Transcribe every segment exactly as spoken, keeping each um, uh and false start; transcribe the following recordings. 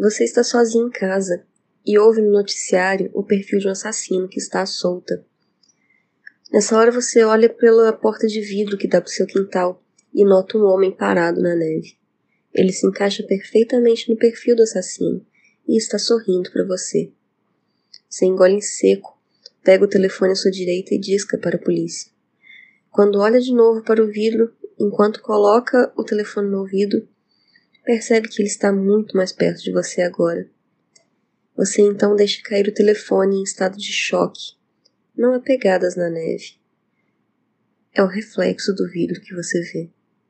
Você está sozinho em casa e ouve no noticiário o perfil de um assassino que está à solta. Nessa hora você olha pela porta de vidro que dá para o seu quintal e nota um homem parado na neve. Ele se encaixa perfeitamente no perfil do assassino e está sorrindo para você. Você engole em seco, pega o telefone à sua direita e disca para a polícia. Quando olha de novo para o vidro, enquanto coloca o telefone no ouvido, percebe que ele está muito mais perto de você agora. Você então deixa cair o telefone em estado de choque. Não há pegadas na neve. É o reflexo do vidro que você vê.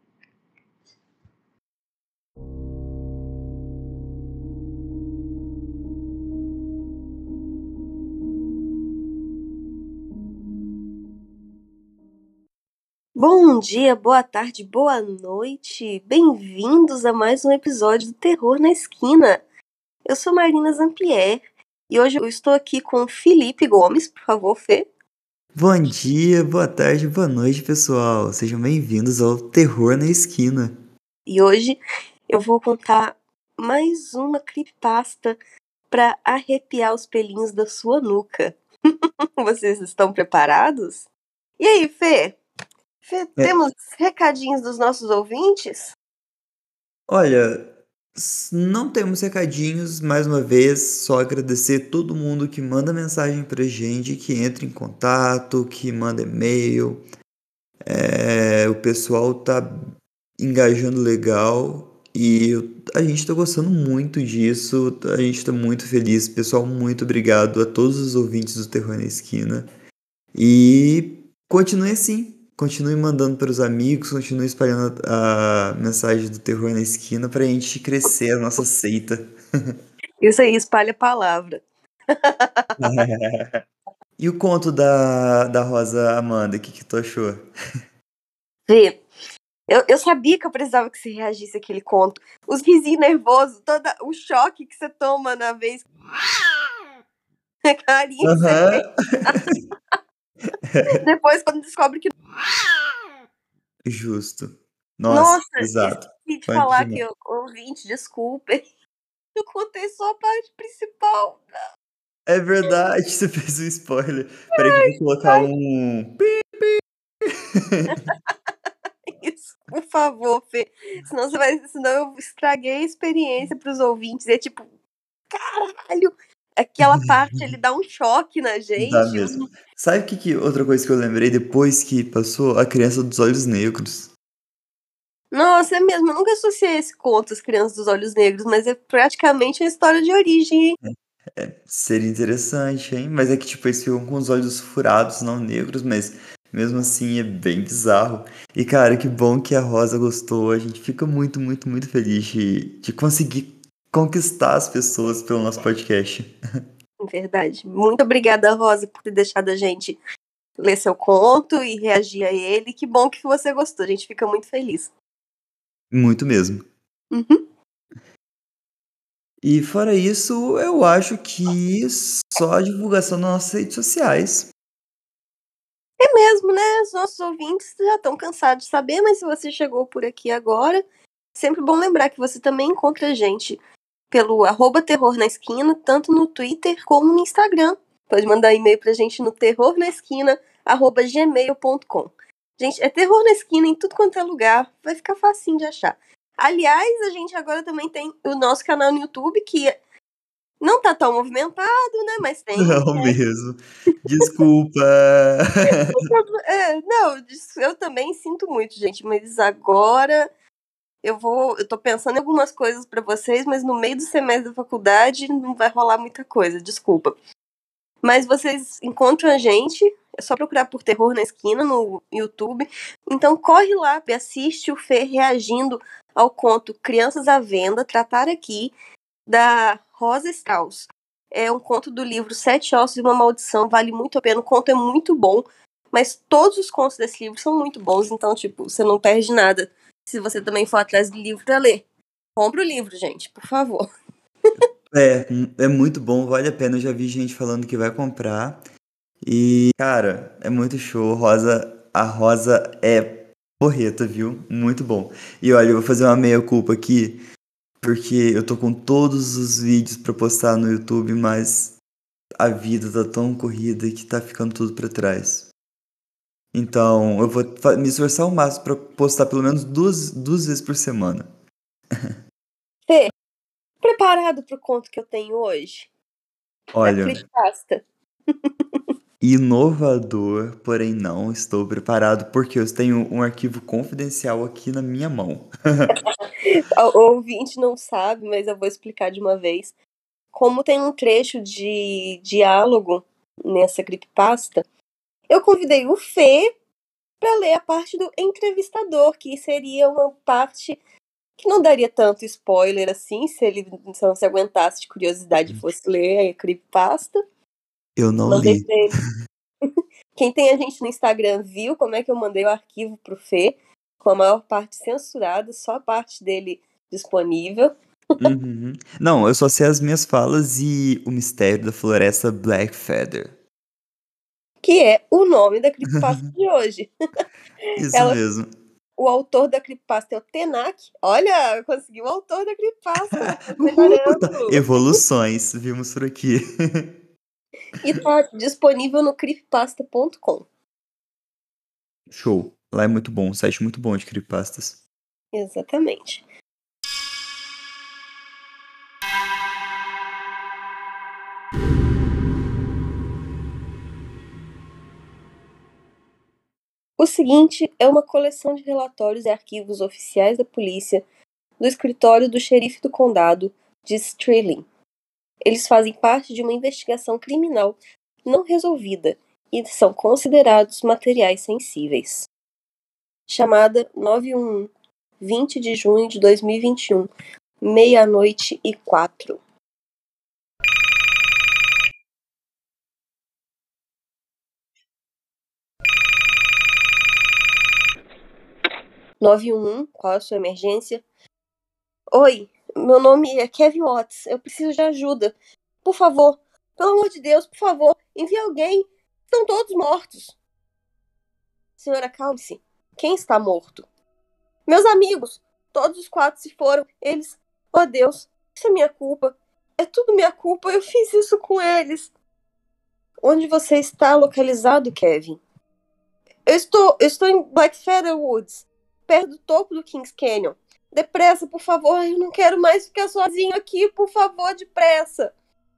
Bom dia, boa tarde, boa noite. Bem-vindos a mais um episódio do Terror na Esquina. Eu sou Marina Zampier e hoje eu estou aqui com Felipe Gomes. Por favor, Fê. Bom dia, boa tarde, boa noite, pessoal. Sejam bem-vindos ao Terror na Esquina. E hoje eu vou contar mais uma creepypasta para arrepiar os pelinhos da sua nuca. Vocês estão preparados? E aí, Fê? Fê, É. Temos recadinhos dos nossos ouvintes? Olha, s- não temos recadinhos, mais uma vez, só agradecer todo mundo que manda mensagem pra gente, que entra em contato, que manda e-mail. É, o pessoal tá engajando legal e eu- a gente tá gostando muito disso, a gente tá muito feliz. Pessoal, muito obrigado a todos os ouvintes do Terror na Esquina. E continue assim. Continue mandando para os amigos, continue espalhando a, a mensagem do Terror na Esquina pra gente crescer a nossa seita. Isso aí, espalha a palavra. E o conto da, da Rosa Amanda, o que, que tu achou? Fê, eu, eu sabia que eu precisava que você reagisse àquele conto. Os risinhos nervosos, todo o choque que você toma na vez. A carinha que você fez. Aham. Depois, quando descobre que. Justo. Nossa, Nossa, exato. esqueci de Punk falar que demais. eu, ouvinte, desculpa. Eu contei só a parte principal. É verdade, você fez um spoiler. Peraí que eu vou colocar Ai, um. isso, por favor, Fê. Senão você vai. Senão eu estraguei a experiência pros ouvintes. É tipo, caralho! Aquela parte ele dá um choque na Dá gente. mesmo. Sabe o que, que outra coisa que eu lembrei depois que passou? A Criança dos Olhos Negros. Nossa, é mesmo. Eu nunca associei esse conto às crianças dos olhos negros, mas é praticamente uma história de origem, hein? É, seria interessante, hein? Mas é que, tipo, eles ficam com os olhos furados, não negros, mas mesmo assim é bem bizarro. E, cara, que bom que a Rosa gostou. A gente fica muito, muito, muito feliz de, de conseguir conquistar as pessoas pelo nosso podcast. Verdade. Muito obrigada, Rosa, por ter deixado a gente ler seu conto e reagir a ele. Que bom que você gostou. A gente fica muito feliz. Muito mesmo. Uhum. E fora isso, eu acho que só a divulgação das nossas redes sociais. É mesmo, né? Os nossos ouvintes já estão cansados de saber, mas se você chegou por aqui agora, sempre bom lembrar que você também encontra a gente pelo arroba terror na esquina, tanto no Twitter como no Instagram. Pode mandar e-mail pra gente no terrornaesquina, arroba gmail ponto com. Gente, é terror na esquina em tudo quanto é lugar. Vai ficar facinho de achar. Aliás, a gente agora também tem o nosso canal no YouTube, que não tá tão movimentado, né? Mas tem. Não mesmo. Desculpa. É, não, eu também sinto muito, gente, mas agora eu vou, eu tô pensando em algumas coisas pra vocês, mas no meio do semestre da faculdade não vai rolar muita coisa, desculpa. Mas vocês encontram a gente, é só procurar por Terror na Esquina no YouTube. Então corre lá e assiste o Fê reagindo ao conto Crianças à Venda, Tratar Aqui, da Rosa Strauss. É um conto do livro Sete Ossos e uma Maldição, vale muito a pena, o conto é muito bom, mas todos os contos desse livro são muito bons, então, tipo, você não perde nada se você também for atrás do livro pra ler. Compre o livro, gente, por favor. É, é muito bom, vale a pena. Eu já vi gente falando que vai comprar. E, cara, é muito show. Rosa, a Rosa é porreta, viu? Muito bom. E olha, eu vou fazer uma meia-culpa aqui. Porque eu tô com todos os vídeos pra postar no YouTube, mas a vida tá tão corrida que tá ficando tudo pra trás. Então, eu vou fa- me esforçar ao máximo pra postar pelo menos duas, duas vezes por semana. Fê, preparado pro conto que eu tenho hoje? Da Olha, creepypasta. inovador, porém não estou preparado porque eu tenho um arquivo confidencial aqui na minha mão. O o ouvinte não sabe, mas eu vou explicar de uma vez. Como tem um trecho de diálogo nessa creepypasta, eu convidei o Fê para ler a parte do entrevistador, que seria uma parte que não daria tanto spoiler assim, se ele se não se aguentasse de curiosidade e fosse ler a creepypasta. Eu não Mandei li. pra ele. Quem tem a gente no Instagram viu como é que eu mandei o arquivo pro Fê, com a maior parte censurada, só a parte dele disponível. Uhum. Não, eu só sei as minhas falas e o mistério da floresta Blackfeather. Que é o nome da creepypasta de hoje. Isso Ela, mesmo. o autor da creepypasta é o Tenak. Olha, eu consegui o autor da creepypasta, tô Uhul, tá. melhorando. Evoluções, vimos por aqui. E tá disponível no creepypasta ponto com. Show. Lá é muito bom, um site muito bom de creepypastas. Exatamente. O seguinte é uma coleção de relatórios e arquivos oficiais da polícia do escritório do xerife do condado de Sterling. Eles fazem parte de uma investigação criminal não resolvida e são considerados materiais sensíveis. Chamada nove um um, vinte de junho de dois mil e vinte e um, meia-noite e quatro. nove um um, qual é a sua emergência? Oi, meu nome é Kevin Watts, eu preciso de ajuda. Por favor, pelo amor de Deus, por favor, envie alguém. Estão todos mortos. Senhora, calme-se. Quem está morto? Meus amigos. Todos os quatro se foram. Eles... Oh, Deus. Isso é minha culpa. É tudo minha culpa. Eu fiz isso com eles. Onde você está localizado, Kevin? Eu estou, eu estou em Blackfeather Woods, perto do topo do Kings Canyon. Depressa, por favor. Eu não quero mais ficar sozinho aqui. Por favor, depressa.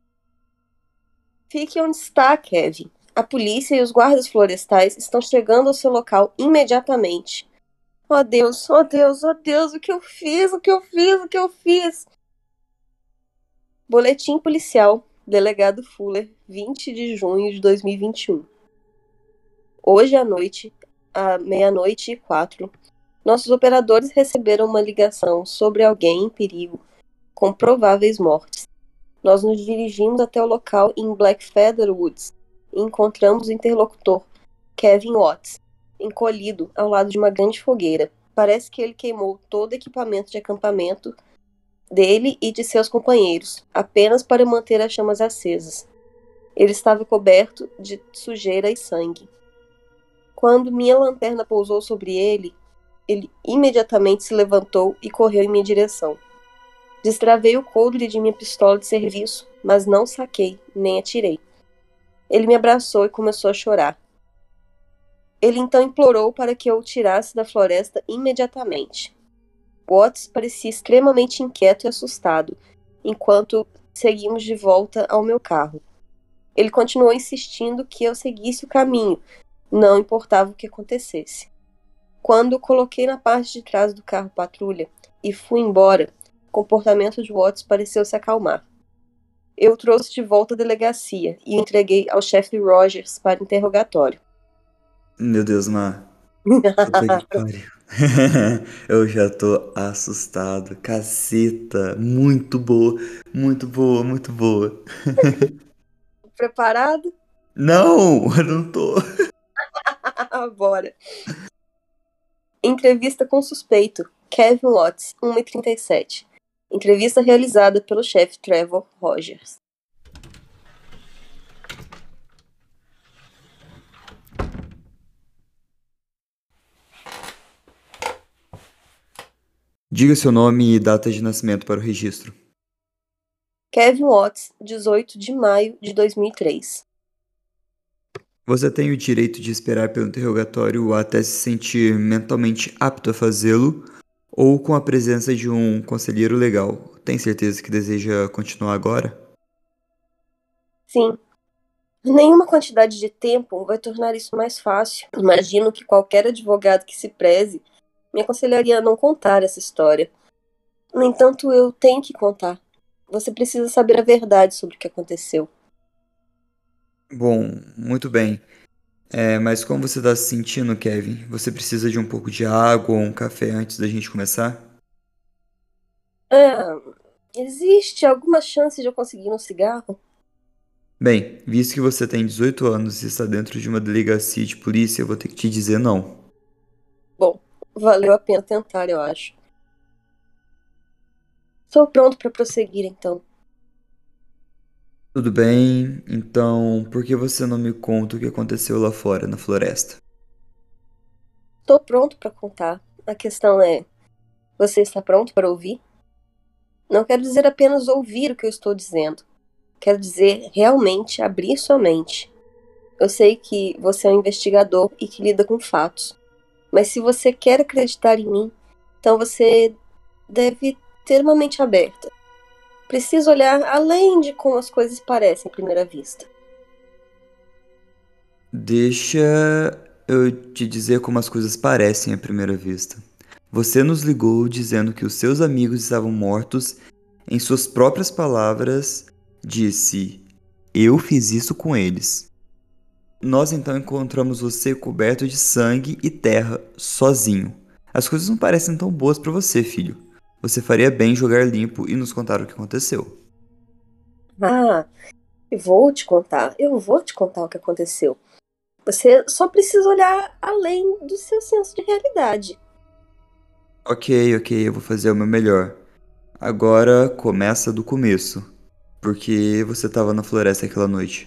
Fique onde está, Kevin. A polícia e os guardas florestais estão chegando ao seu local imediatamente. Oh Deus, oh Deus, oh Deus, o que eu fiz, o que eu fiz, o que eu fiz. Boletim policial, delegado Fuller, vinte de junho de dois mil e vinte e um. Hoje à noite, à meia-noite e quatro, nossos operadores receberam uma ligação sobre alguém em perigo, com prováveis mortes. Nós nos dirigimos até o local em Blackfeather Woods e encontramos o interlocutor, Kevin Watts, encolhido ao lado de uma grande fogueira. Parece que ele queimou todo o equipamento de acampamento dele e de seus companheiros, apenas para manter as chamas acesas. Ele estava coberto de sujeira e sangue. Quando minha lanterna pousou sobre ele, ele imediatamente se levantou e correu em minha direção. Destravei o coldre de minha pistola de serviço, mas não saquei, nem atirei. Ele me abraçou e começou a chorar. Ele então implorou para que eu o tirasse da floresta imediatamente. Watts parecia extremamente inquieto e assustado, enquanto seguimos de volta ao meu carro. Ele continuou insistindo que eu seguisse o caminho, não importava o que acontecesse. Quando o coloquei na parte de trás do carro patrulha e fui embora, o comportamento de Watts pareceu se acalmar. Eu o trouxe de volta à delegacia e o entreguei ao chefe Rogers para interrogatório. Meu Deus, Mar. Puta que pariu. Eu já tô assustado. Caceta. Muito boa. Muito boa, muito boa. Preparado? Não, eu não tô. Bora. Entrevista com suspeito. Kevin Watts, uma e trinta e sete. Entrevista realizada pelo chefe Trevor Rogers. Diga seu nome e data de nascimento para o registro. Kevin Watts, dezoito de maio de dois mil e três. Você tem o direito de esperar pelo interrogatório até se sentir mentalmente apto a fazê-lo ou com a presença de um conselheiro legal. Tem certeza que deseja continuar agora? Sim. Nenhuma quantidade de tempo vai tornar isso mais fácil. Imagino que qualquer advogado que se preze me aconselharia a não contar essa história. No entanto, eu tenho que contar. Você precisa saber a verdade sobre o que aconteceu. Bom, muito bem. É, mas como você está se sentindo, Kevin? Você precisa de um pouco de água ou um café antes da gente começar? Ah, existe alguma chance de eu conseguir um cigarro? Bem, visto que você tem dezoito anos e está dentro de uma delegacia de polícia, eu vou ter que te dizer não. Bom, valeu a pena tentar, eu acho. Estou pronto para prosseguir, então. Tudo bem, então por que você não me conta o que aconteceu lá fora, na floresta? Estou pronto para contar. A questão é, você está pronto para ouvir? Não quero dizer apenas ouvir o que eu estou dizendo. Quero dizer realmente abrir sua mente. Eu sei que você é um investigador e que lida com fatos. Mas se você quer acreditar em mim, então você deve ter uma mente aberta. Precisa olhar além de como as coisas parecem à primeira vista. Deixa eu te dizer como as coisas parecem à primeira vista. Você nos ligou dizendo que os seus amigos estavam mortos. Em suas próprias palavras, disse: Eu fiz isso com eles. Nós então encontramos você coberto de sangue e terra, sozinho. As coisas não parecem tão boas pra você, filho. Você faria bem em jogar limpo e nos contar o que aconteceu. Ah, eu vou te contar. Eu vou te contar o que aconteceu. Você só precisa olhar além do seu senso de realidade. Ok, ok, eu vou fazer o meu melhor. Agora começa do começo. Porque você estava na floresta aquela noite.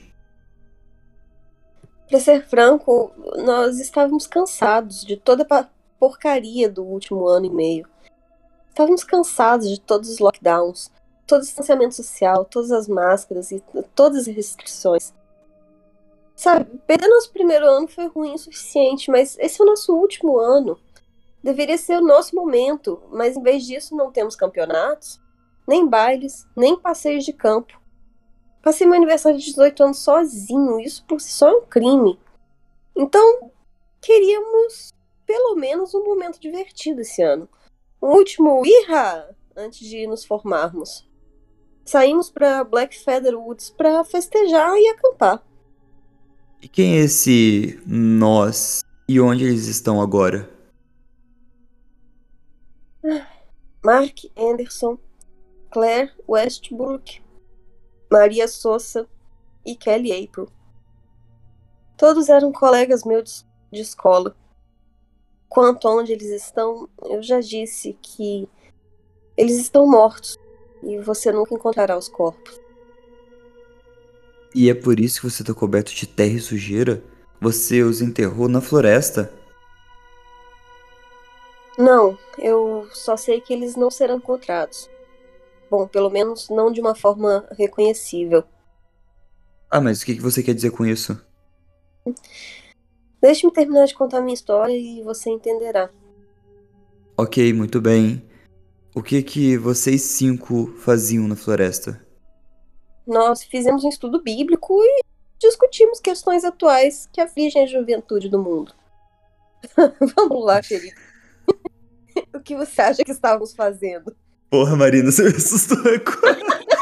Pra ser franco, nós estávamos cansados de toda a porcaria do último ano e meio. Estávamos cansados de todos os lockdowns, todo o distanciamento social, todas as máscaras e todas as restrições. Sabe, perder nosso primeiro ano foi ruim o suficiente, mas esse é o nosso último ano. Deveria ser o nosso momento, mas em vez disso não temos campeonatos, nem bailes, nem passeios de campo. Passei meu aniversário de dezoito anos sozinho, isso por si só é um crime. Então, queríamos pelo menos um momento divertido esse ano. Um último irra antes de nos formarmos. Saímos para Black Feather Woods para festejar e acampar. E quem é esse nós? E onde eles estão agora? Mark Anderson, Claire Westbrook, Maria Sosa e Kelly April. Todos eram colegas meus de escola. Quanto a onde eles estão, eu já disse que eles estão mortos e você nunca encontrará os corpos. E é por isso que você está coberto de terra e sujeira? Você os enterrou na floresta? Não, eu só sei que eles não serão encontrados. Bom, pelo menos não de uma forma reconhecível. Ah, mas o que você quer dizer com isso? Deixe-me terminar de contar minha história e você entenderá. Ok, muito bem. O que que vocês cinco faziam na floresta? Nós fizemos um estudo bíblico e discutimos questões atuais que afligem a juventude do mundo. Vamos lá, querido. O que você acha que estávamos fazendo? Porra, Marina, você me assustou agora.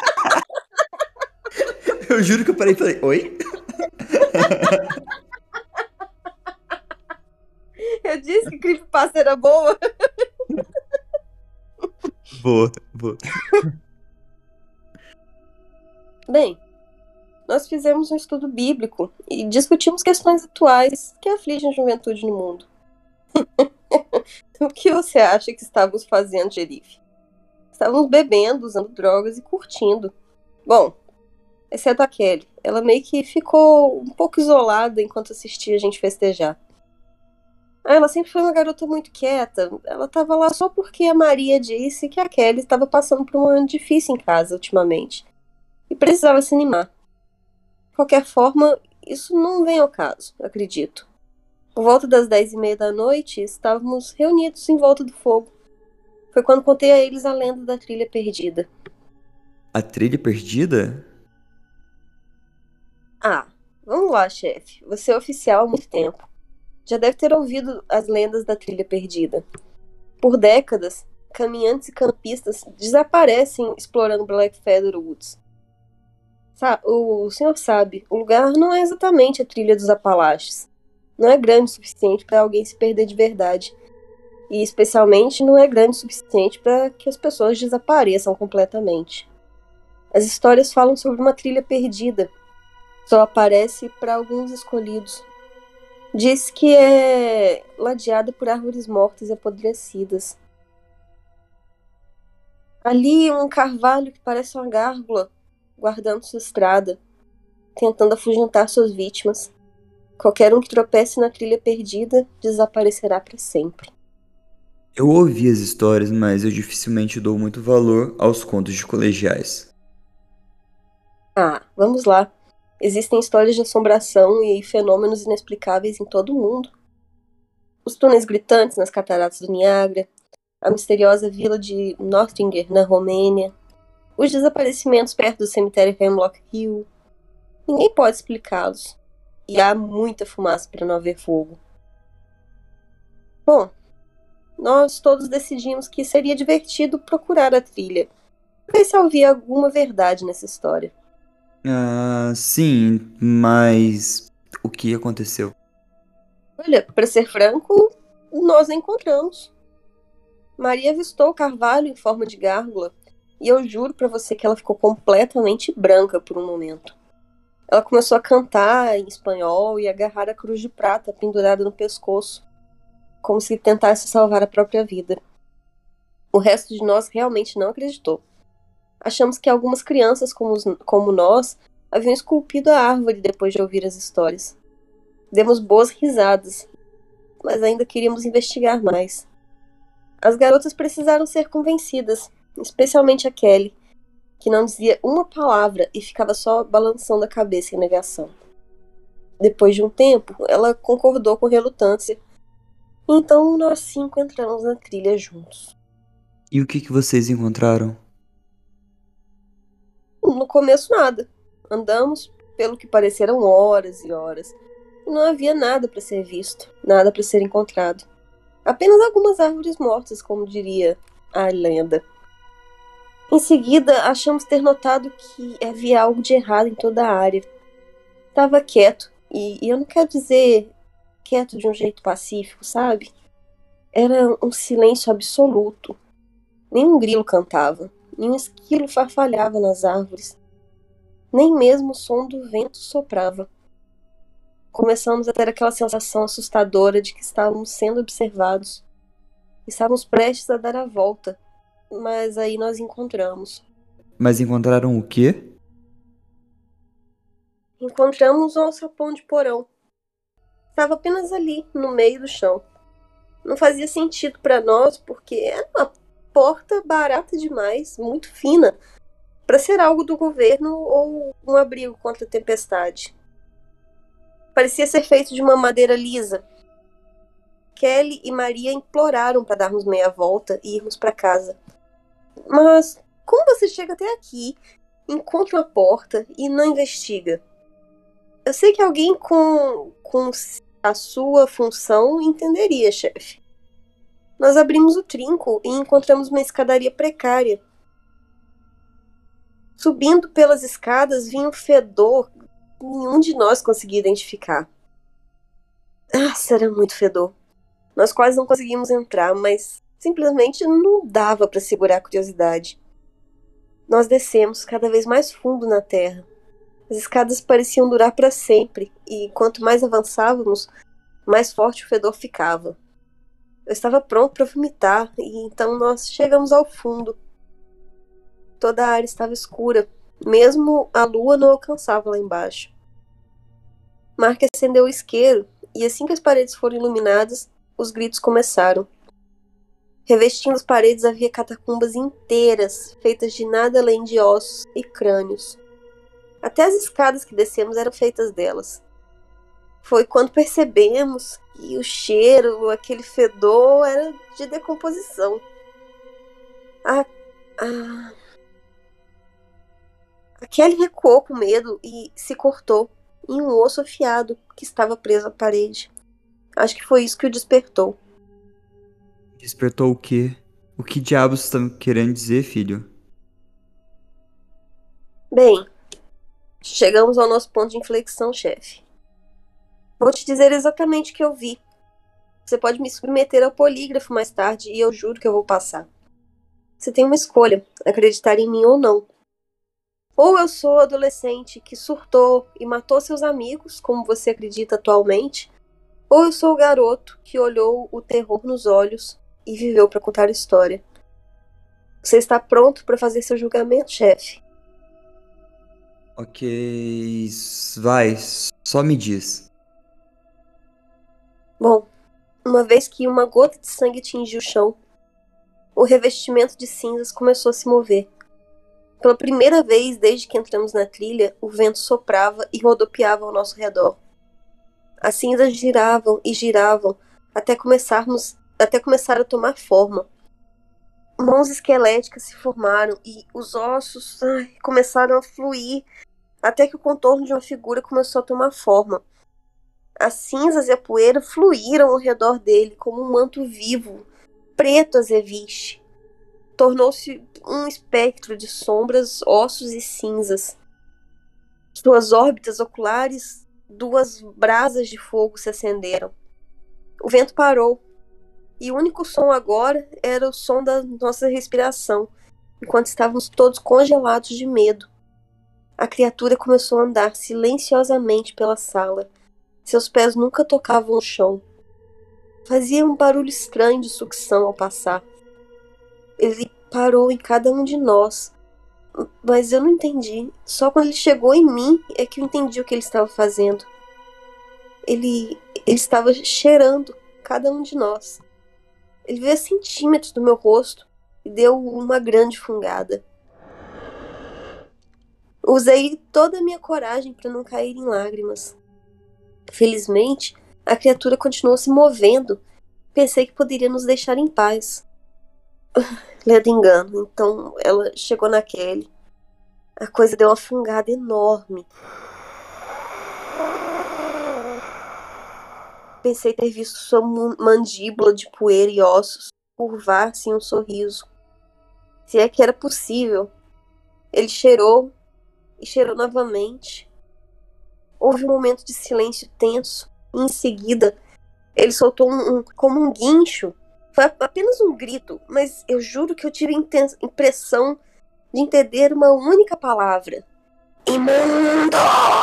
Eu juro que eu parei e falei, oi? Eu disse que creepypasta era boa. Boa, boa. Bem, nós fizemos um estudo bíblico e discutimos questões atuais que afligem a juventude no mundo. O que você acha que estávamos fazendo, xerife? Estávamos bebendo, usando drogas e curtindo. Bom, exceto a Kelly. Ela meio que ficou um pouco isolada enquanto assistia a gente festejar. Ah, ela sempre foi uma garota muito quieta. Ela estava lá só porque a Maria disse que a Kelly estava passando por um momento difícil em casa ultimamente e precisava se animar. De qualquer forma, isso não vem ao caso, acredito. Por volta das dez e meia da noite, estávamos reunidos em volta do fogo. Foi quando contei a eles a lenda da trilha perdida. A trilha perdida? Ah, vamos lá, chefe. Você é oficial há muito tempo. Já deve ter ouvido as lendas da trilha perdida. Por décadas, caminhantes e campistas desaparecem explorando Blackfeather Woods. Sa- o senhor sabe, o lugar não é exatamente a trilha dos Apalaches. Não é grande o suficiente para alguém se perder de verdade. E especialmente não é grande o suficiente para que as pessoas desapareçam completamente. As histórias falam sobre uma trilha perdida. Só aparece para alguns escolhidos. Diz que é ladeada por árvores mortas e apodrecidas. Ali um carvalho que parece uma gárgula, guardando sua estrada, tentando afugentar suas vítimas. Qualquer um que tropece na trilha perdida desaparecerá para sempre. Eu ouvi as histórias, mas eu dificilmente dou muito valor aos contos de colegiais. Ah, vamos lá. Existem histórias de assombração e fenômenos inexplicáveis em todo o mundo. Os túneis gritantes nas cataratas do Niágara, a misteriosa vila de Nottinger, na Romênia, os desaparecimentos perto do cemitério Hemlock Hill. Ninguém pode explicá-los. E há muita fumaça para não haver fogo. Bom, nós todos decidimos que seria divertido procurar a trilha, ver se havia alguma verdade nessa história. Ah, sim, mas o que aconteceu? Olha, para ser franco, nós a encontramos. Maria avistou o carvalho em forma de gárgula, e eu juro para você que ela ficou completamente branca por um momento. Ela começou a cantar em espanhol e agarrar a cruz de prata pendurada no pescoço, como se tentasse salvar a própria vida. O resto de nós realmente não acreditou. Achamos que algumas crianças como, os, como nós haviam esculpido a árvore depois de ouvir as histórias. Demos boas risadas, mas ainda queríamos investigar mais. As garotas precisaram ser convencidas, especialmente a Kelly, que não dizia uma palavra e ficava só balançando a cabeça em negação. Depois de um tempo, ela concordou com relutância. Então nós cinco entramos na trilha juntos. E o que que vocês encontraram? No começo, nada. Andamos pelo que pareceram horas e horas. E não havia nada para ser visto, nada para ser encontrado. Apenas algumas árvores mortas, como diria a lenda. Em seguida, achamos ter notado que havia algo de errado em toda a área. Estava quieto, e, e eu não quero dizer quieto de um jeito pacífico, sabe? Era um silêncio absoluto. Nenhum grilo cantava, nenhum esquilo farfalhava nas árvores. Nem mesmo o som do vento soprava. Começamos a ter aquela sensação assustadora de que estávamos sendo observados. Estávamos prestes a dar a volta, mas aí nós encontramos. Mas encontraram o quê? Encontramos um alçapão de porão. Estava apenas ali, no meio do chão. Não fazia sentido para nós, porque era uma porta barata demais, muito fina, para ser algo do governo ou um abrigo contra a tempestade. Parecia ser feito de uma madeira lisa. Kelly e Maria imploraram para darmos meia volta e irmos para casa. Mas como você chega até aqui, encontra uma porta e não investiga? Eu sei que alguém com, com a sua função entenderia, chefe. Nós abrimos o trinco e encontramos uma escadaria precária. Subindo pelas escadas vinha um fedor que nenhum de nós conseguia identificar. Ah, era muito fedor. Nós quase não conseguimos entrar, mas simplesmente não dava para segurar a curiosidade. Nós descemos cada vez mais fundo na terra. As escadas pareciam durar para sempre, e quanto mais avançávamos, mais forte o fedor ficava. Eu estava pronto para vomitar, e então nós chegamos ao fundo. Toda a área estava escura, mesmo a lua não alcançava lá embaixo. Mark acendeu o isqueiro, e assim que as paredes foram iluminadas, os gritos começaram. Revestindo as paredes havia catacumbas inteiras, feitas de nada além de ossos e crânios. Até as escadas que descemos eram feitas delas. Foi quando percebemos que o cheiro, aquele fedor, era de decomposição. A, a... a Kelly recuou com medo e se cortou em um osso afiado que estava preso à parede. Acho que foi isso que o despertou. Despertou o quê? O que diabos estão querendo dizer, filho? Bem, chegamos ao nosso ponto de inflexão, chefe. Vou te dizer exatamente o que eu vi. Você pode me submeter ao polígrafo mais tarde e eu juro que eu vou passar. Você tem uma escolha, acreditar em mim ou não. Ou eu sou adolescente que surtou e matou seus amigos, como você acredita atualmente, ou eu sou o garoto que olhou o terror nos olhos e viveu para contar a história. Você está pronto para fazer seu julgamento, chefe? Ok, vai, só me diz. Bom, uma vez que uma gota de sangue atingiu o chão, o revestimento de cinzas começou a se mover. Pela primeira vez desde que entramos na trilha, o vento soprava e rodopiava ao nosso redor. As cinzas giravam e giravam até começarmos, até começar a tomar forma. Mãos esqueléticas se formaram e os ossos ai, começaram a fluir até que o contorno de uma figura começou a tomar forma. As cinzas e a poeira fluíram ao redor dele como um manto vivo, preto azeviche. Tornou-se um espectro de sombras, ossos e cinzas. Suas órbitas oculares, duas brasas de fogo se acenderam. O vento parou, e o único som agora era o som da nossa respiração, enquanto estávamos todos congelados de medo. A criatura começou a andar silenciosamente pela sala. Seus pés nunca tocavam o chão. Fazia um barulho estranho de sucção ao passar. Ele parou em cada um de nós, mas eu não entendi. Só quando ele chegou em mim é que eu entendi o que ele estava fazendo. Ele, ele estava cheirando cada um de nós. Ele veio a centímetros do meu rosto e deu uma grande fungada. Usei toda a minha coragem para não cair em lágrimas. Felizmente, a criatura continuou se movendo. Pensei que poderia nos deixar em paz. Ledo engano, então ela chegou na Kelly. A coisa deu uma fungada enorme. Pensei ter visto sua mandíbula de poeira e ossos curvar-se em um sorriso. Se é que era possível. Ele cheirou e cheirou novamente. Houve um momento de silêncio tenso e em seguida ele soltou um, um como um guincho. Foi apenas um grito, mas eu juro que eu tive a impressão de entender uma única palavra. Imundo!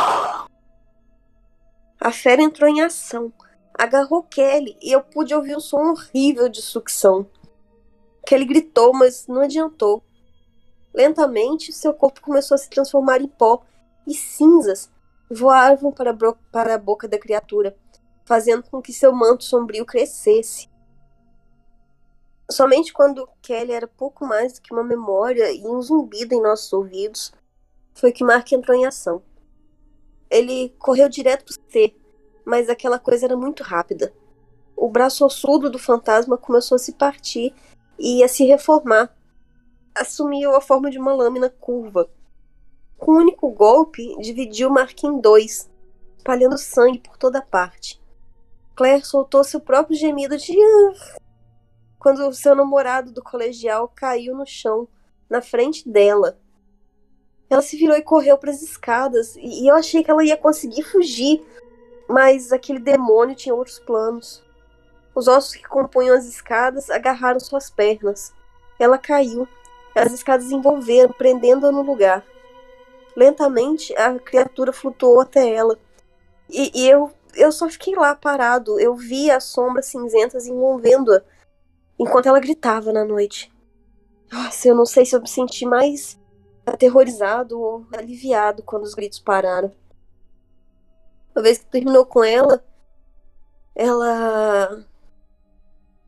A fera entrou em ação. Agarrou Kelly e eu pude ouvir um som horrível de sucção. Kelly gritou, mas não adiantou. Lentamente, seu corpo começou a se transformar em pó e cinzas voavam para a, bro- para a boca da criatura, fazendo com que seu manto sombrio crescesse. Somente quando Kelly era pouco mais do que uma memória e um zumbido em nossos ouvidos, foi que Mark entrou em ação. Ele correu direto para o C, mas aquela coisa era muito rápida. O braço ossudo do fantasma começou a se partir e a se reformar. Assumiu a forma de uma lâmina curva. Com um único golpe, dividiu Mark em dois, espalhando sangue por toda parte. Claire soltou seu próprio gemido de... quando seu namorado do colegial caiu no chão, na frente dela. Ela se virou e correu para as escadas, e eu achei que ela ia conseguir fugir, mas aquele demônio tinha outros planos. Os ossos que compunham as escadas agarraram suas pernas. Ela caiu. As escadas envolveram, prendendo-a no lugar. Lentamente, a criatura flutuou até ela. E, e eu, eu só fiquei lá parado. Eu vi as sombras cinzentas envolvendo-a, enquanto ela gritava na noite. Nossa, eu não sei se eu me senti mais aterrorizado ou aliviado quando os gritos pararam. Uma vez que terminou com ela, ela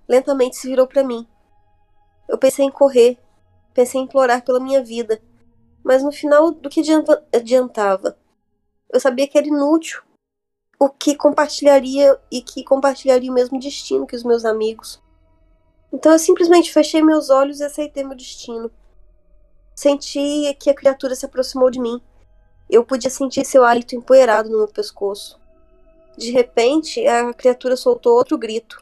lentamente se virou para mim. Eu pensei em correr, pensei em implorar pela minha vida, mas no final, do que adiantava? Eu sabia que era inútil, o que compartilharia e que compartilharia o mesmo destino que os meus amigos. Então eu simplesmente fechei meus olhos e aceitei meu destino. Senti que a criatura se aproximou de mim. Eu podia sentir seu hálito empoeirado no meu pescoço. De repente, a criatura soltou outro grito.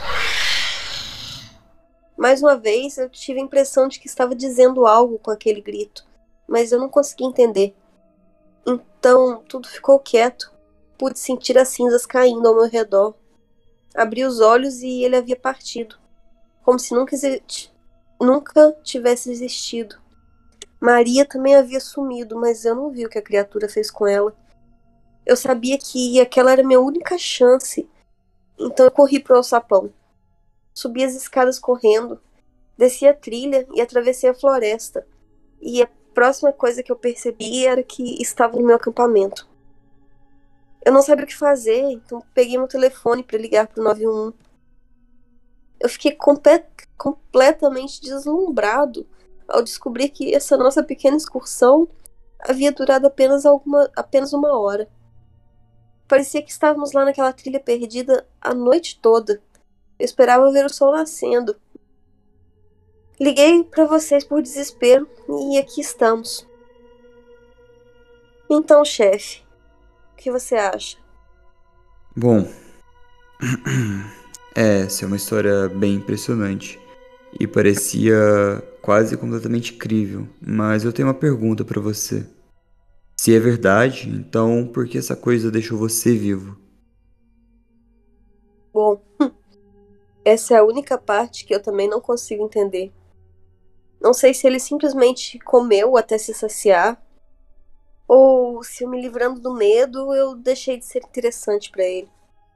Mais uma vez, eu tive a impressão de que estava dizendo algo com aquele grito, mas eu não conseguia entender. Então, tudo ficou quieto. Pude sentir as cinzas caindo ao meu redor. Abri os olhos e ele havia partido, como se nunca, exi- nunca tivesse existido. Maria também havia sumido, mas eu não vi o que a criatura fez com ela. Eu sabia que aquela era a minha única chance, então eu corri para o alçapão. Subi as escadas correndo, desci a trilha e atravessei a floresta. E a próxima coisa que eu percebi era que estava no meu acampamento. Eu não sabia o que fazer, então peguei meu telefone para ligar para o nove um um. Eu fiquei compe- completamente deslumbrado ao descobrir que essa nossa pequena excursão havia durado apenas, alguma, apenas uma hora. Parecia que estávamos lá naquela trilha perdida a noite toda. Eu esperava ver o sol nascendo. Liguei para vocês por desespero e aqui estamos. Então, chefe, o que você acha? Bom, é, essa é uma história bem impressionante e parecia quase completamente crível, mas eu tenho uma pergunta pra você. Se é verdade, então por que essa coisa deixou você vivo? Bom, essa é a única parte que eu também não consigo entender. Não sei se ele simplesmente comeu até se saciar, ou se eu me livrando do medo, eu deixei de ser interessante para ele.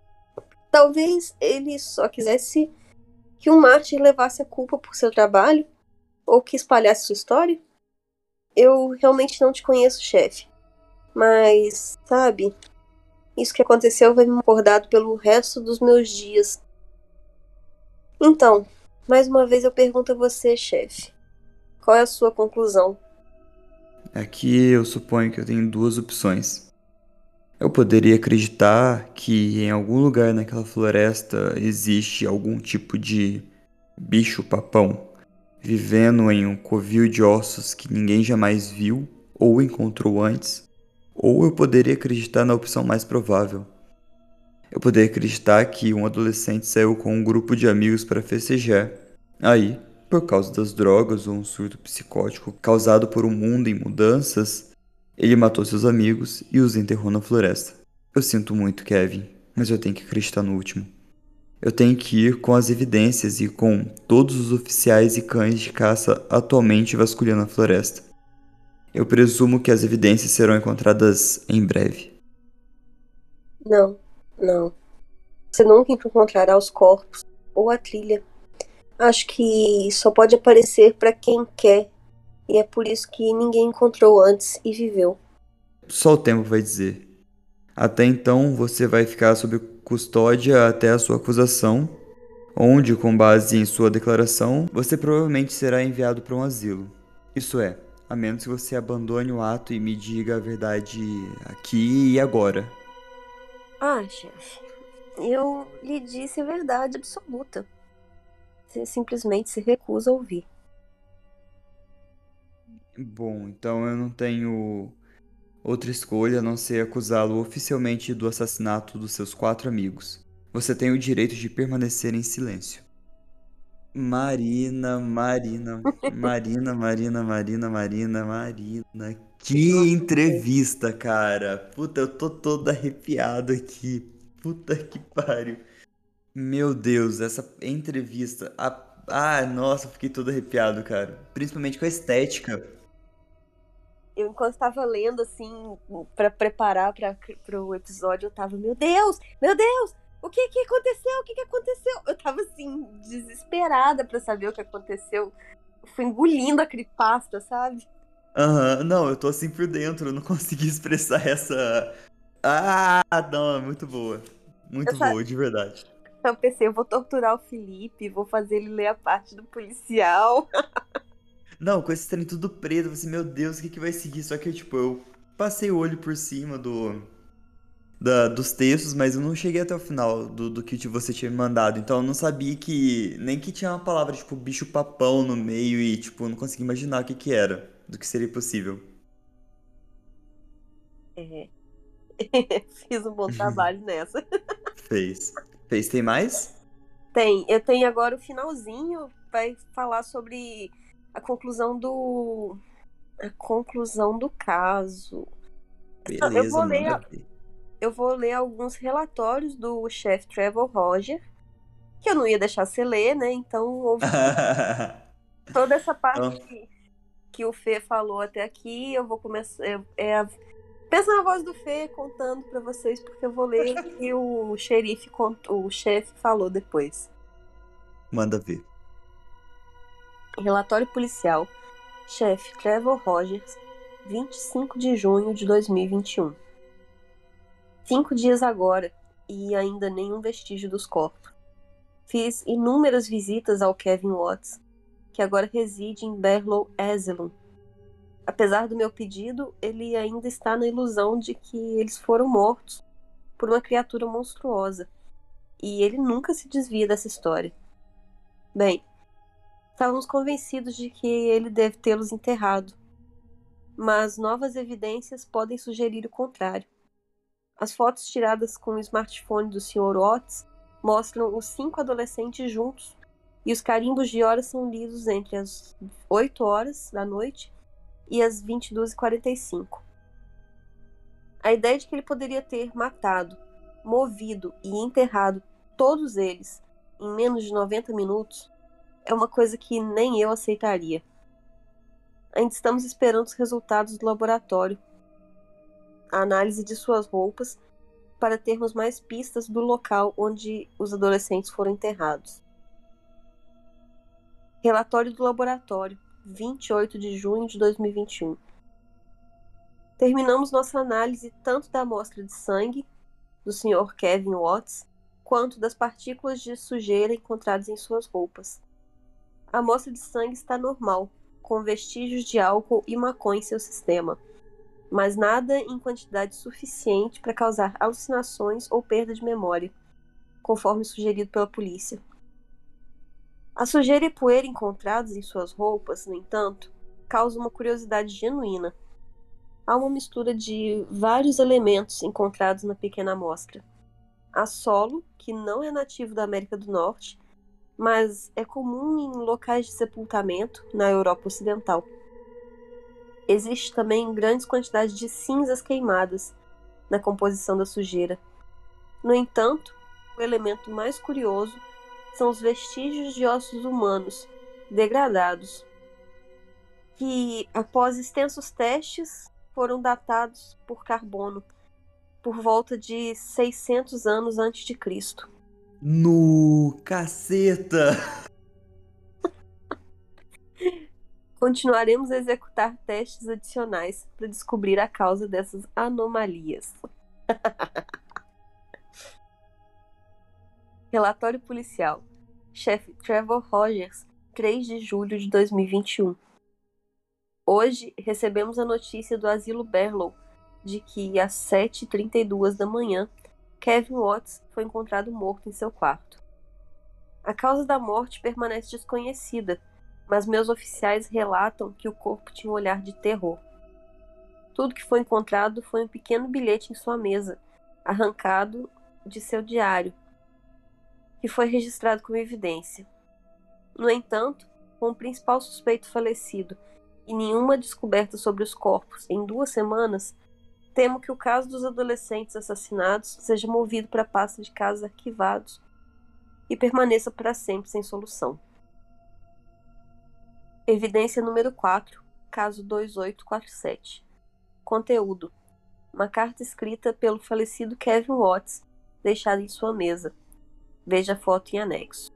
Talvez ele só quisesse que um mártir levasse a culpa por seu trabalho, ou que espalhasse sua história. Eu realmente não te conheço, chefe. Mas, sabe, isso que aconteceu vai me acordado pelo resto dos meus dias. Então, mais uma vez eu pergunto a você, chefe. Qual é a sua conclusão? Aqui eu suponho que eu tenho duas opções. Eu poderia acreditar que em algum lugar naquela floresta existe algum tipo de bicho-papão vivendo em um covil de ossos que ninguém jamais viu ou encontrou antes. Ou eu poderia acreditar na opção mais provável. Eu poderia acreditar que um adolescente saiu com um grupo de amigos para festejar. Aí, por causa das drogas ou um surto psicótico causado por um mundo em mudanças, ele matou seus amigos e os enterrou na floresta. Eu sinto muito, Kevin, mas eu tenho que acreditar no último. Eu tenho que ir com as evidências e com todos os oficiais e cães de caça atualmente vasculhando a floresta. Eu presumo que as evidências serão encontradas em breve. Não, não. Você nunca encontrará os corpos ou a trilha. Acho que só pode aparecer para quem quer, e é por isso que ninguém encontrou antes e viveu. Só o tempo vai dizer. Até então, você vai ficar sob custódia até a sua acusação, onde, com base em sua declaração, você provavelmente será enviado para um asilo. Isso é, a menos que você abandone o ato e me diga a verdade aqui e agora. Ah, chefe, eu lhe disse a verdade absoluta. Você simplesmente se recusa a ouvir. Bom, então eu não tenho outra escolha a não ser acusá-lo oficialmente do assassinato dos seus quatro amigos. Você tem o direito de permanecer em silêncio. Marina, Marina, Marina, Marina, Marina, Marina, Marina. Que entrevista, cara. Puta, eu tô todo arrepiado aqui. Puta que pariu. Meu Deus, essa entrevista. Ah, ah, nossa, eu fiquei todo arrepiado, cara. Principalmente com a estética. Eu, enquanto estava lendo, assim, para preparar para o episódio, eu tava, meu Deus, meu Deus, o que que aconteceu? O que que aconteceu? Eu tava, assim, desesperada para saber o que aconteceu. Eu fui engolindo a creepypasta, sabe? Aham, uhum, não, eu tô assim por dentro, eu não consegui expressar essa. Ah, não, é muito boa. Muito Essa, boa, de verdade. Eu pensei, eu vou torturar o Felipe, vou fazer ele ler a parte do policial. Não, com esse trem tudo preto, eu falei assim, meu Deus, o que que vai seguir? Só que, tipo, eu passei o olho por cima do, da- dos textos, mas eu não cheguei até o final do, do que você tinha me mandado. Então eu não sabia que, nem que tinha uma palavra, tipo, bicho-papão no meio e, tipo, eu não conseguia imaginar o que que era, do que seria possível. É, fiz um bom trabalho nessa. Fez. Fez, tem mais? Tem, eu tenho agora o finalzinho, vai falar sobre a conclusão do a conclusão do caso. Eu Beleza, vou ler, manda ver. eu vou ler alguns relatórios do chefe Trevor Roger, que eu não ia deixar você ler, né? Então houve toda essa parte Então, que, que o Fê falou até aqui, eu vou começar é, é a- pensa na voz do Fê contando pra vocês, porque eu vou ler o que o xerife contou, o chefe falou depois. manda ver. Relatório policial. Chefe Trevor Rogers, vinte e cinco de junho de dois mil e vinte e um. Cinco dias agora e ainda nenhum vestígio dos corpos. Fiz inúmeras visitas ao Kevin Watts, que agora reside em Barlow Asylum. Apesar do meu pedido, ele ainda está na ilusão de que eles foram mortos por uma criatura monstruosa, e ele nunca se desvia dessa história. Bem, estávamos convencidos de que ele deve tê-los enterrado, mas novas evidências podem sugerir o contrário. As fotos tiradas com o smartphone do senhor Watts mostram os cinco adolescentes juntos, e os carimbos de horas são lidos entre as oito horas da noite e as vinte e duas e quarenta e cinco. A ideia de que ele poderia ter matado, movido e enterrado todos eles em menos de noventa minutos é uma coisa que nem eu aceitaria. Ainda estamos esperando os resultados do laboratório, a análise de suas roupas, para termos mais pistas do local onde os adolescentes foram enterrados. Relatório do laboratório, vinte e oito de junho de dois mil e vinte e um. Terminamos nossa análise tanto da amostra de sangue do senhor Kevin Watts, quanto das partículas de sujeira encontradas em suas roupas. A amostra de sangue está normal, com vestígios de álcool e maconha em seu sistema, mas nada em quantidade suficiente para causar alucinações ou perda de memória, conforme sugerido pela polícia. A sujeira e poeira encontrados em suas roupas, no entanto, causam uma curiosidade genuína. Há uma mistura de vários elementos encontrados na pequena amostra. Há solo, que não é nativo da América do Norte, mas é comum em locais de sepultamento na Europa Ocidental. Existe também grandes quantidades de cinzas queimadas na composição da sujeira. No entanto, o elemento mais curioso são os vestígios de ossos humanos degradados, que, após extensos testes, foram datados por carbono por volta de seiscentos anos antes de Cristo. No caceta! Continuaremos a executar testes adicionais para descobrir a causa dessas anomalias. Relatório policial. Chefe Trevor Rogers, três de julho de dois mil e vinte e um. Hoje recebemos a notícia do asilo Barlow de que às sete e trinta e duas da manhã Kevin Watts foi encontrado morto em seu quarto. A causa da morte permanece desconhecida, mas meus oficiais relatam que o corpo tinha um olhar de terror. Tudo que foi encontrado foi um pequeno bilhete em sua mesa, arrancado de seu diário, que foi registrado como evidência. No entanto, com o principal suspeito falecido e nenhuma descoberta sobre os corpos em duas semanas, temo que o caso dos adolescentes assassinados seja movido para a pasta de casos arquivados e permaneça para sempre sem solução. Evidência número quatro, caso dois oito quatro sete. Conteúdo: uma carta escrita pelo falecido Kevin Watts, deixada em sua mesa. Veja a foto em anexo.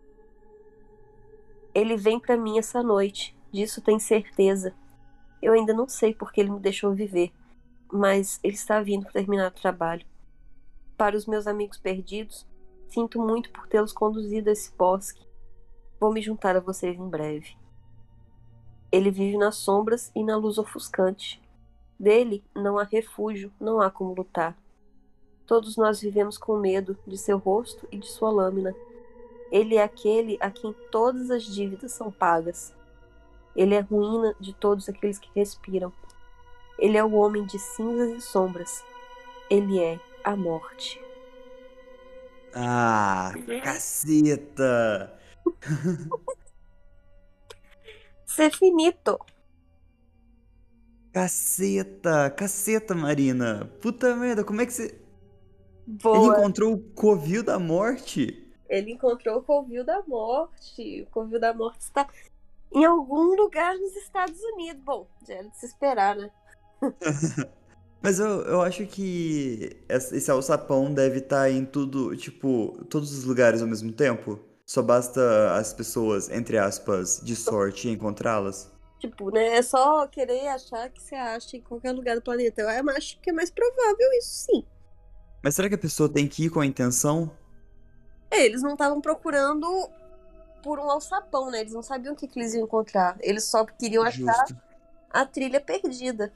Ele vem para mim essa noite, disso tenho certeza. Eu ainda não sei por que ele me deixou viver, mas ele está vindo para terminar o trabalho. Para os meus amigos perdidos, Sinto muito por tê-los conduzido a esse bosque. Vou me juntar a vocês em breve. Ele vive nas sombras e na luz ofuscante. Dele não há refúgio, não há como lutar. Todos nós vivemos com medo de seu rosto e de sua lâmina. Ele é aquele a quem todas as dívidas são pagas. Ele é a ruína de todos aqueles que respiram. Ele é o homem de cinzas e sombras. Ele é a morte. Ah, caceta! C'est finito. Caceta! Caceta, Marina! Puta merda, como é que você... Ele Boa. encontrou o Covil da Morte? Ele encontrou o Covil da Morte. O Covil da Morte está em algum lugar nos Estados Unidos. Bom, já era de se esperar, né? Mas eu, eu acho que essa- esse alçapão deve estar em tudo, tipo, todos os lugares ao mesmo tempo. Só basta as pessoas, entre aspas, de sorte encontrá-las. Tipo, né? É só querer achar que você acha em qualquer lugar do planeta. Eu acho que é mais provável isso, sim. Mas será que a pessoa tem que ir com a intenção? É, eles não estavam procurando por um alçapão, né? Eles não sabiam o que, que eles iam encontrar. Eles só queriam achar Justo. a trilha perdida.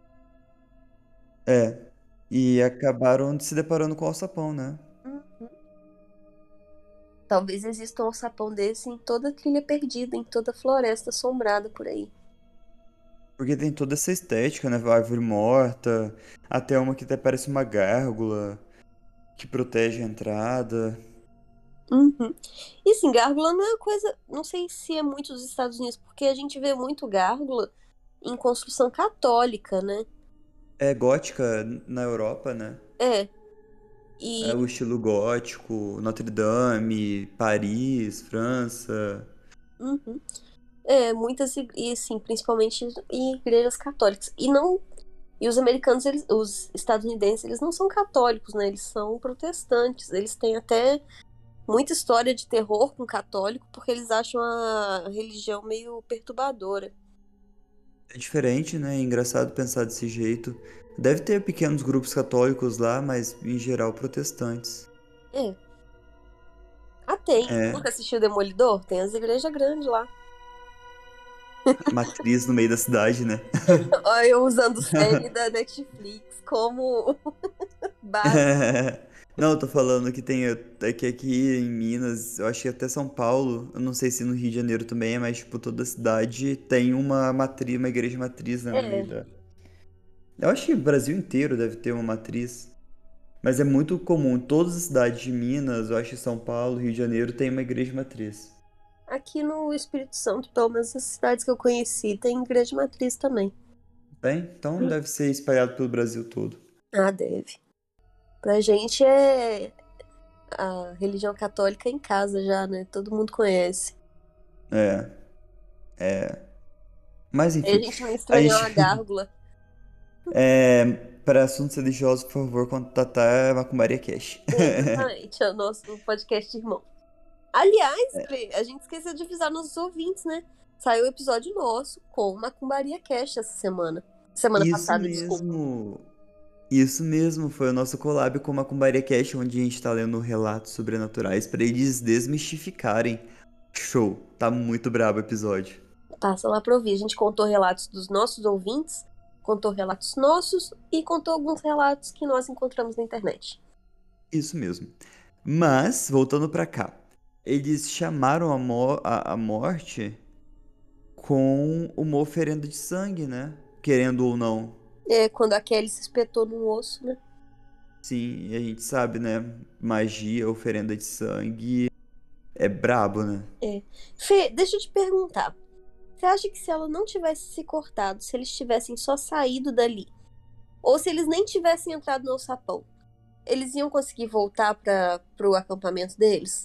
É. E acabaram se deparando com o alçapão, né? Uhum. Talvez exista um alçapão desse em toda a trilha perdida, em toda a floresta assombrada por aí. Porque tem toda essa estética, né? Árvore morta, até uma que até parece uma gárgula, que protege a entrada. Uhum. E sim, gárgula não é uma coisa. Não sei se é muito dos Estados Unidos, porque a gente vê muito gárgula em construção católica, né? É gótica na Europa, né? É. É o E. estilo gótico, Notre Dame, Paris, França. Uhum. É, muitas, ig- e assim, principalmente em igrejas católicas. E não. E os americanos, eles, os estadunidenses, eles não são católicos, né? Eles são protestantes. Eles têm até muita história de terror com católico, porque eles acham a religião meio perturbadora. É diferente, né? É engraçado pensar desse jeito. Deve ter pequenos grupos católicos lá, mas em geral protestantes. É. Ah, tem. É, Nunca assistiu Demolidor? Tem as igrejas grandes lá. matriz no meio da cidade, né? Olha, eu usando série da Netflix como base. Não, eu tô falando que tem é que aqui em Minas, eu acho que até São Paulo, eu não sei se no Rio de Janeiro também é, mas tipo, toda cidade tem uma matriz, uma igreja matriz, né, no meio É, da. Eu acho que o Brasil inteiro deve ter uma matriz, mas é muito comum, em todas as cidades de Minas, eu acho que São Paulo, Rio de Janeiro tem uma igreja matriz. aqui no Espírito Santo, pelo menos as cidades que eu conheci, tem igreja matriz também. Tem? Então deve ser espalhado pelo Brasil todo. Ah, deve. Pra gente é a religião católica em casa já, né? Todo mundo conhece. É, é. Mas Aí a enfim, gente não a estranhou a gente. gárgula. É, para assuntos religiosos, por favor, contatar a Macumbaria Cash. Exatamente, é o nosso podcast irmão. Aliás, Fê, a gente esqueceu de avisar nossos ouvintes, né? Saiu o episódio nosso com Macumbaria Cast essa semana. Semana Isso passada, desculpa. mesmo. Isso mesmo, foi o nosso collab com a Macumbaria Cash, onde a gente tá lendo relatos sobrenaturais para eles desmistificarem. Show, tá muito brabo o episódio. Passa lá pra ouvir. A gente contou relatos dos nossos ouvintes, contou relatos nossos e contou alguns relatos que nós encontramos na internet. Isso mesmo. Mas, voltando pra cá, eles chamaram a, mo a, a morte com uma oferenda de sangue, né? Querendo ou não. É, quando a Kelly se espetou num osso, né? Sim, e a gente sabe, né? Magia, oferenda de sangue é brabo, né? É. Fê, deixa eu te perguntar. Você acha que se ela não tivesse se cortado, se eles tivessem só saído dali, ou se eles nem tivessem entrado no sapão, eles iam conseguir voltar para pro acampamento deles?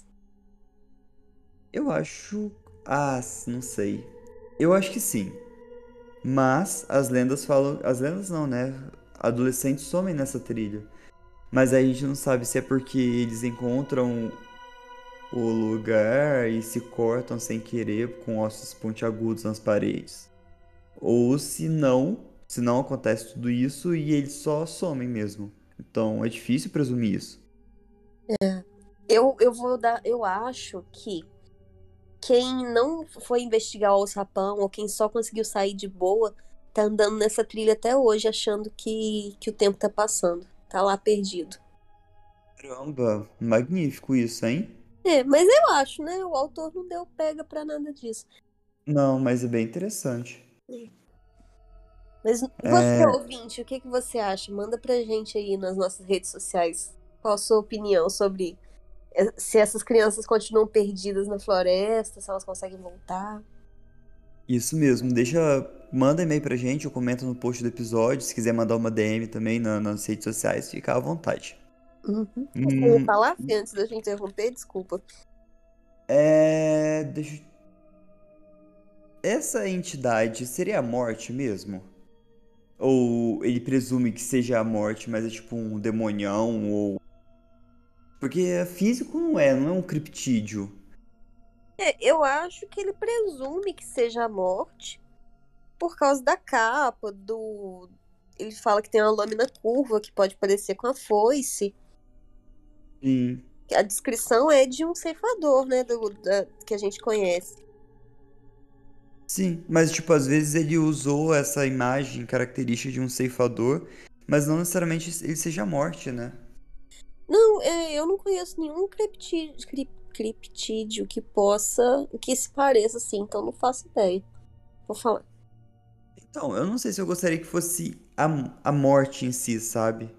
Eu acho. Ah, não sei. Eu acho que sim. Mas as lendas falam. As lendas não, né? Adolescentes somem nessa trilha. Mas a gente não sabe se é porque eles encontram o lugar e se cortam sem querer com ossos pontiagudos nas paredes. Ou se não, se não acontece tudo isso e eles só somem mesmo. Então é difícil presumir isso. Eu, eu vou dar. Eu acho que quem não foi investigar o alçapão, ou quem só conseguiu sair de boa, tá andando nessa trilha até hoje, achando que, que o tempo tá passando. Tá lá perdido. Caramba, magnífico isso, hein? É, mas eu acho, né? O autor não deu pega pra nada disso. Não, mas é bem interessante. Mas você, É, ouvinte, o que, que você acha? Manda pra gente aí nas nossas redes sociais. Qual a sua opinião sobre eh, se essas crianças continuam perdidas na floresta, se elas conseguem voltar? isso mesmo. Deixa, manda e-mail pra gente, ou comenta no post do episódio. Se quiser mandar uma D M também na- nas redes sociais, fica à vontade. Uhum. Você ia Hum, falar, Fê, antes da gente interromper? Desculpa. é, deixa, essa entidade seria a morte mesmo? Ou ele presume que seja a morte, mas é tipo um demonião ou porque físico não é, não é um criptídeo. É, eu acho que ele presume que seja a morte por causa da capa, do. Ele fala que tem uma lâmina curva que pode parecer com a foice. Sim. A descrição é de um ceifador, né? Do, da- que a gente conhece. Sim, mas tipo, às vezes ele usou essa imagem característica de um ceifador, mas não necessariamente ele seja a morte, né? Não, é, eu não conheço nenhum criptídeo, crip- criptídeo que possa. Que se pareça assim, então não faço ideia. Vou falar. Então, eu não sei se eu gostaria que fosse a, a morte em si, sabe?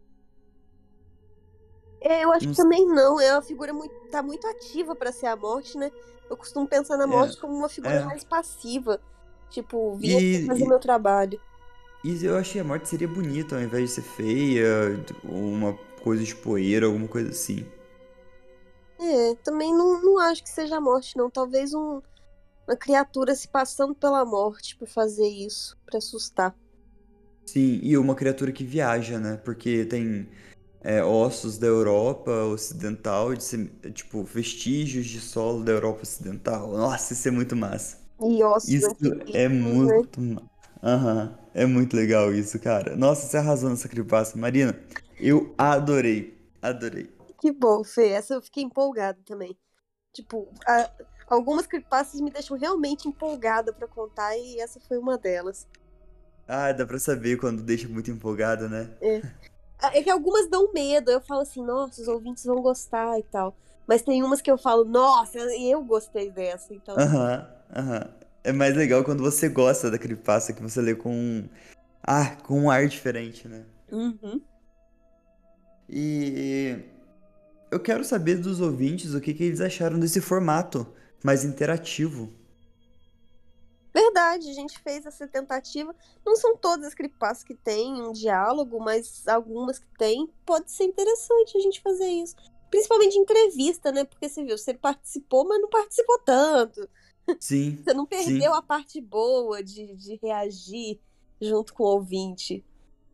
É, eu acho Não que s- também não. É uma figura muito, tá muito ativa pra ser a morte, né? Eu costumo pensar na é, morte como uma figura é. mais passiva. Tipo, vim aqui fazer E, meu trabalho. e, e eu achei a morte seria bonita, ao invés de ser feia, ou uma coisa de poeira, alguma coisa assim. É, também não, não acho que seja a morte, não. Talvez um, uma criatura se passando pela morte pra fazer isso, pra assustar. Sim, e uma criatura que viaja, né? Porque tem é, ossos da Europa Ocidental, de ser- tipo, vestígios de solo da Europa Ocidental. Nossa, isso é muito massa. E ossos Isso é antiquíssimos, né? muito. ma- Aham, é muito legal isso, cara. Nossa, você arrasou nessa creepypasta. Marina, eu adorei. Adorei. Que bom, Fê. Essa eu fiquei empolgada também. Tipo, a- algumas creepypastas me deixam realmente empolgada pra contar e essa foi uma delas. Ah, dá pra saber quando deixa muito empolgada, né? É. É que algumas dão medo, eu falo assim, nossa, os ouvintes vão gostar e tal. Mas tem umas que eu falo, nossa, eu gostei dessa, então. Aham, aham. É mais legal quando você gosta da creepypasta que você lê com um. Ah, com um ar diferente, né? Uhum. E eu quero saber dos ouvintes o que, que eles acharam desse formato mais interativo. Verdade, a gente fez essa tentativa. Não são todas as creepypastas que têm um diálogo, mas algumas que têm. Pode ser interessante a gente fazer isso. Principalmente em entrevista, né? Porque você viu, você participou, mas não participou tanto. Sim, Você não perdeu sim. a parte boa de, de reagir junto com o ouvinte.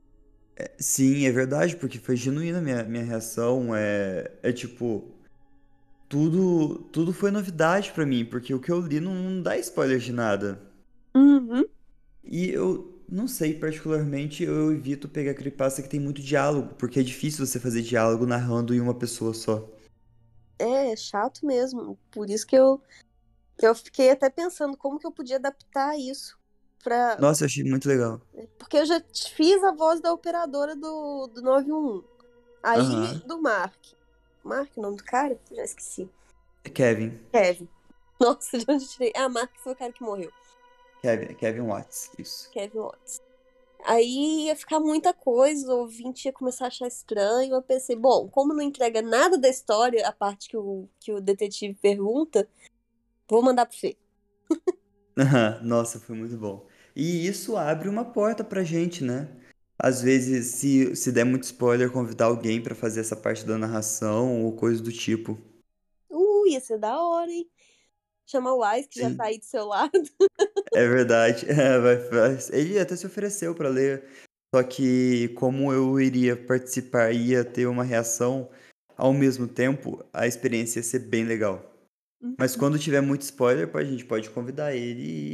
Sim, é verdade, porque foi genuína a minha, minha reação. É, é tipo, tudo, tudo foi novidade pra mim, porque o que eu li não, não dá spoiler de nada. Uhum. E eu não sei, particularmente, eu evito pegar creepypasta que tem muito diálogo, porque é difícil você fazer diálogo narrando em uma pessoa só. É, é chato mesmo. Por isso que eu, eu fiquei até pensando como que eu podia adaptar isso pra. Nossa, eu achei muito legal. Porque eu já fiz a voz da operadora do, do nove um um. Aí Aham. do Mark. Mark, o nome do cara? Já esqueci. Kevin. Kevin. Nossa, de onde eu tirei? Ah, Mark foi o cara que morreu. Kevin, Kevin Watts, isso. Kevin Watts. Aí ia ficar muita coisa, o ouvinte ia começar a achar estranho. Eu pensei, bom, como não entrega nada da história, a parte que o, que o detetive pergunta, vou mandar pro Fê. Aham, nossa, foi muito bom. E isso abre uma porta pra gente, né? Às vezes, se, se der muito spoiler, convidar alguém pra fazer essa parte da narração ou coisa do tipo. Uh, ia ser da hora, hein? Chama o Wise, que já tá Sim, aí do seu lado. é verdade. É, vai- vai- ele até se ofereceu pra ler, só que como eu iria participar e ia ter uma reação ao mesmo tempo, a experiência ia ser bem legal. Mas quando tiver muito spoiler, pô, a gente pode convidar ele e...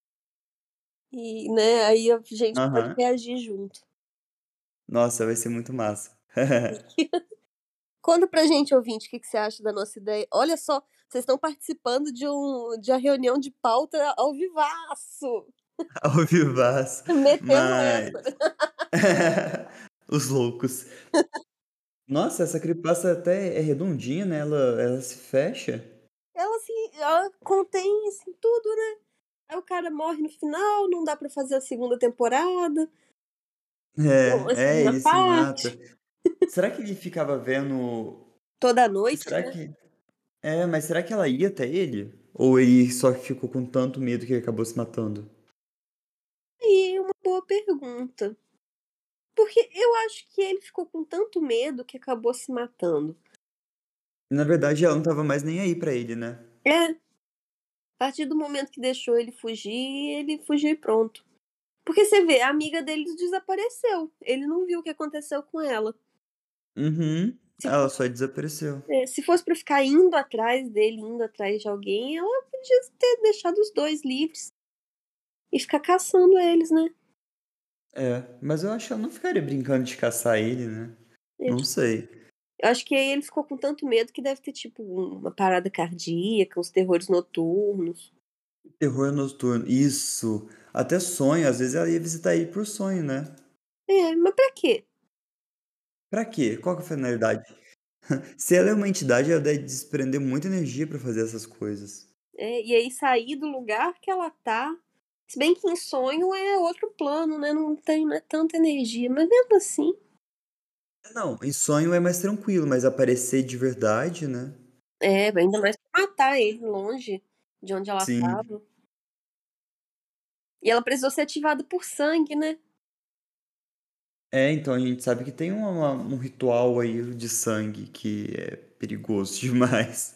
E, né, aí a gente pode Aham. reagir junto. Nossa, vai ser muito massa. Conta pra gente, ouvinte, o que, que você acha da nossa ideia. Olha só, vocês estão participando de, um, de uma reunião de pauta ao vivaço. Ao vivaço. Metemos Mas. essa. Os loucos. Nossa, essa creepypasta até é redondinha, né? Ela, ela se fecha. Ela, assim, ela contém, assim, tudo, né? Aí o cara morre no final, não dá pra fazer a segunda temporada. Ou a É, é, segunda ele se mata. parte. Será que ele ficava vendo. Toda noite, Será né? que. É, mas será que ela ia até ele? Ou ele só ficou com tanto medo que ele acabou se matando? E uma boa pergunta. Porque eu acho que ele ficou com tanto medo que acabou se matando. Na verdade, ela não tava mais nem aí pra ele, né? É. A partir do momento que deixou ele fugir, ele fugiu e pronto. Porque você vê, a amiga dele desapareceu. Ele não viu o que aconteceu com ela. Uhum. Se Ela fosse, só desapareceu. é, se fosse pra ficar indo atrás dele, indo atrás de alguém, ela podia ter deixado os dois livres e ficar caçando eles, né? É, mas eu acho que ela não ficaria brincando de caçar ele, né? Eu Não sei. eu acho que aí ele ficou com tanto medo que deve ter, tipo, uma parada cardíaca, uns terrores noturnos. Terror noturno. Isso. Até sonho. Às vezes ela ia visitar ele por sonho, né? É, mas pra quê? Pra quê? Qual que é a finalidade? Se ela é uma entidade, ela deve desprender muita energia pra fazer essas coisas. É, e aí sair do lugar que ela tá. Se bem que em sonho é outro plano, né? Não tem não é tanta energia, mas mesmo assim. Não, em sonho é mais tranquilo, mas aparecer de verdade, né? É, ainda mais pra matar ele longe de onde ela Sim. tava. E ela precisou ser ativada por sangue, né? É, então a gente sabe que tem uma- um ritual aí de sangue que é perigoso demais.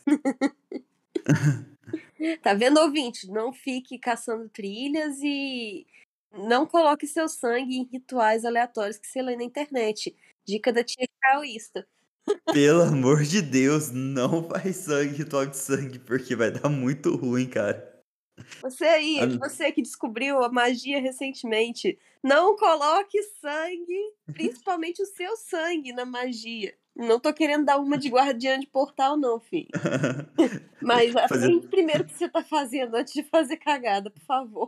Tá vendo, ouvinte? Não fique caçando trilhas e não coloque seu sangue em rituais aleatórios que você lê na internet. Dica da tia caoísta. Pelo amor de Deus, não faz sangue, ritual de sangue, porque vai dar muito ruim, cara. Você aí, A- você que descobriu a magia recentemente, não coloque sangue, principalmente o seu sangue, na magia. Não tô querendo dar uma de guardiã de portal, não, filho. Mas Fazer. aprende primeiro o que você tá fazendo antes de fazer cagada, por favor.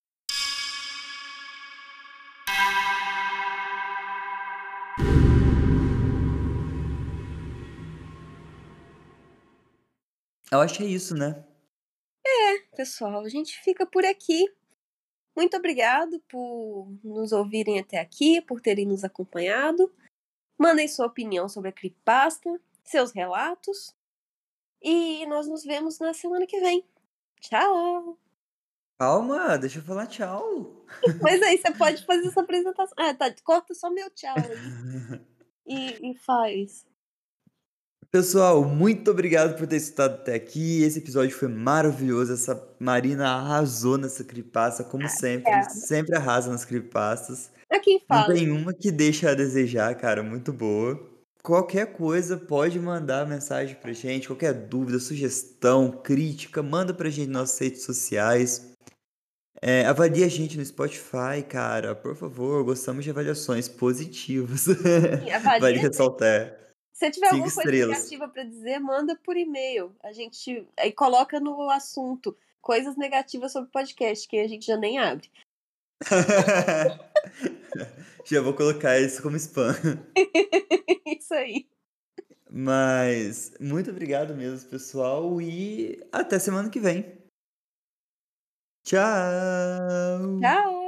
Eu acho que é isso, né? Pessoal, a gente fica por aqui. Muito obrigado por nos ouvirem até aqui, por terem nos acompanhado. Mandem sua opinião sobre a creepypasta, seus relatos. E nós nos vemos na semana que vem. Tchau! Calma, deixa eu falar tchau. Mas aí você pode fazer essa apresentação. Ah, tá. Corta só meu tchau aí. E, e faz. Pessoal, muito obrigado por ter escutado até aqui. Esse episódio foi maravilhoso. Essa Marina arrasou nessa creepypasta, como sempre. Obrigada. Sempre arrasa nas creepypastas. A quem Não fala. tem uma que deixa a desejar, cara. Muito boa. Qualquer coisa, pode mandar mensagem pra gente. Qualquer dúvida, sugestão, crítica, manda pra gente nas nossas redes sociais. É, avalie a gente no Spotify, cara. Por favor, gostamos de avaliações positivas. Sim, Vale avalia a gente. ressaltar. Se tiver Cinco alguma coisa estrelas. negativa pra dizer, manda por e-mail. A gente aí coloca no assunto coisas negativas sobre o podcast, que a gente já nem abre. Já vou colocar isso como spam. Isso aí. Mas muito obrigado mesmo, pessoal, e até semana que vem. Tchau! Tchau!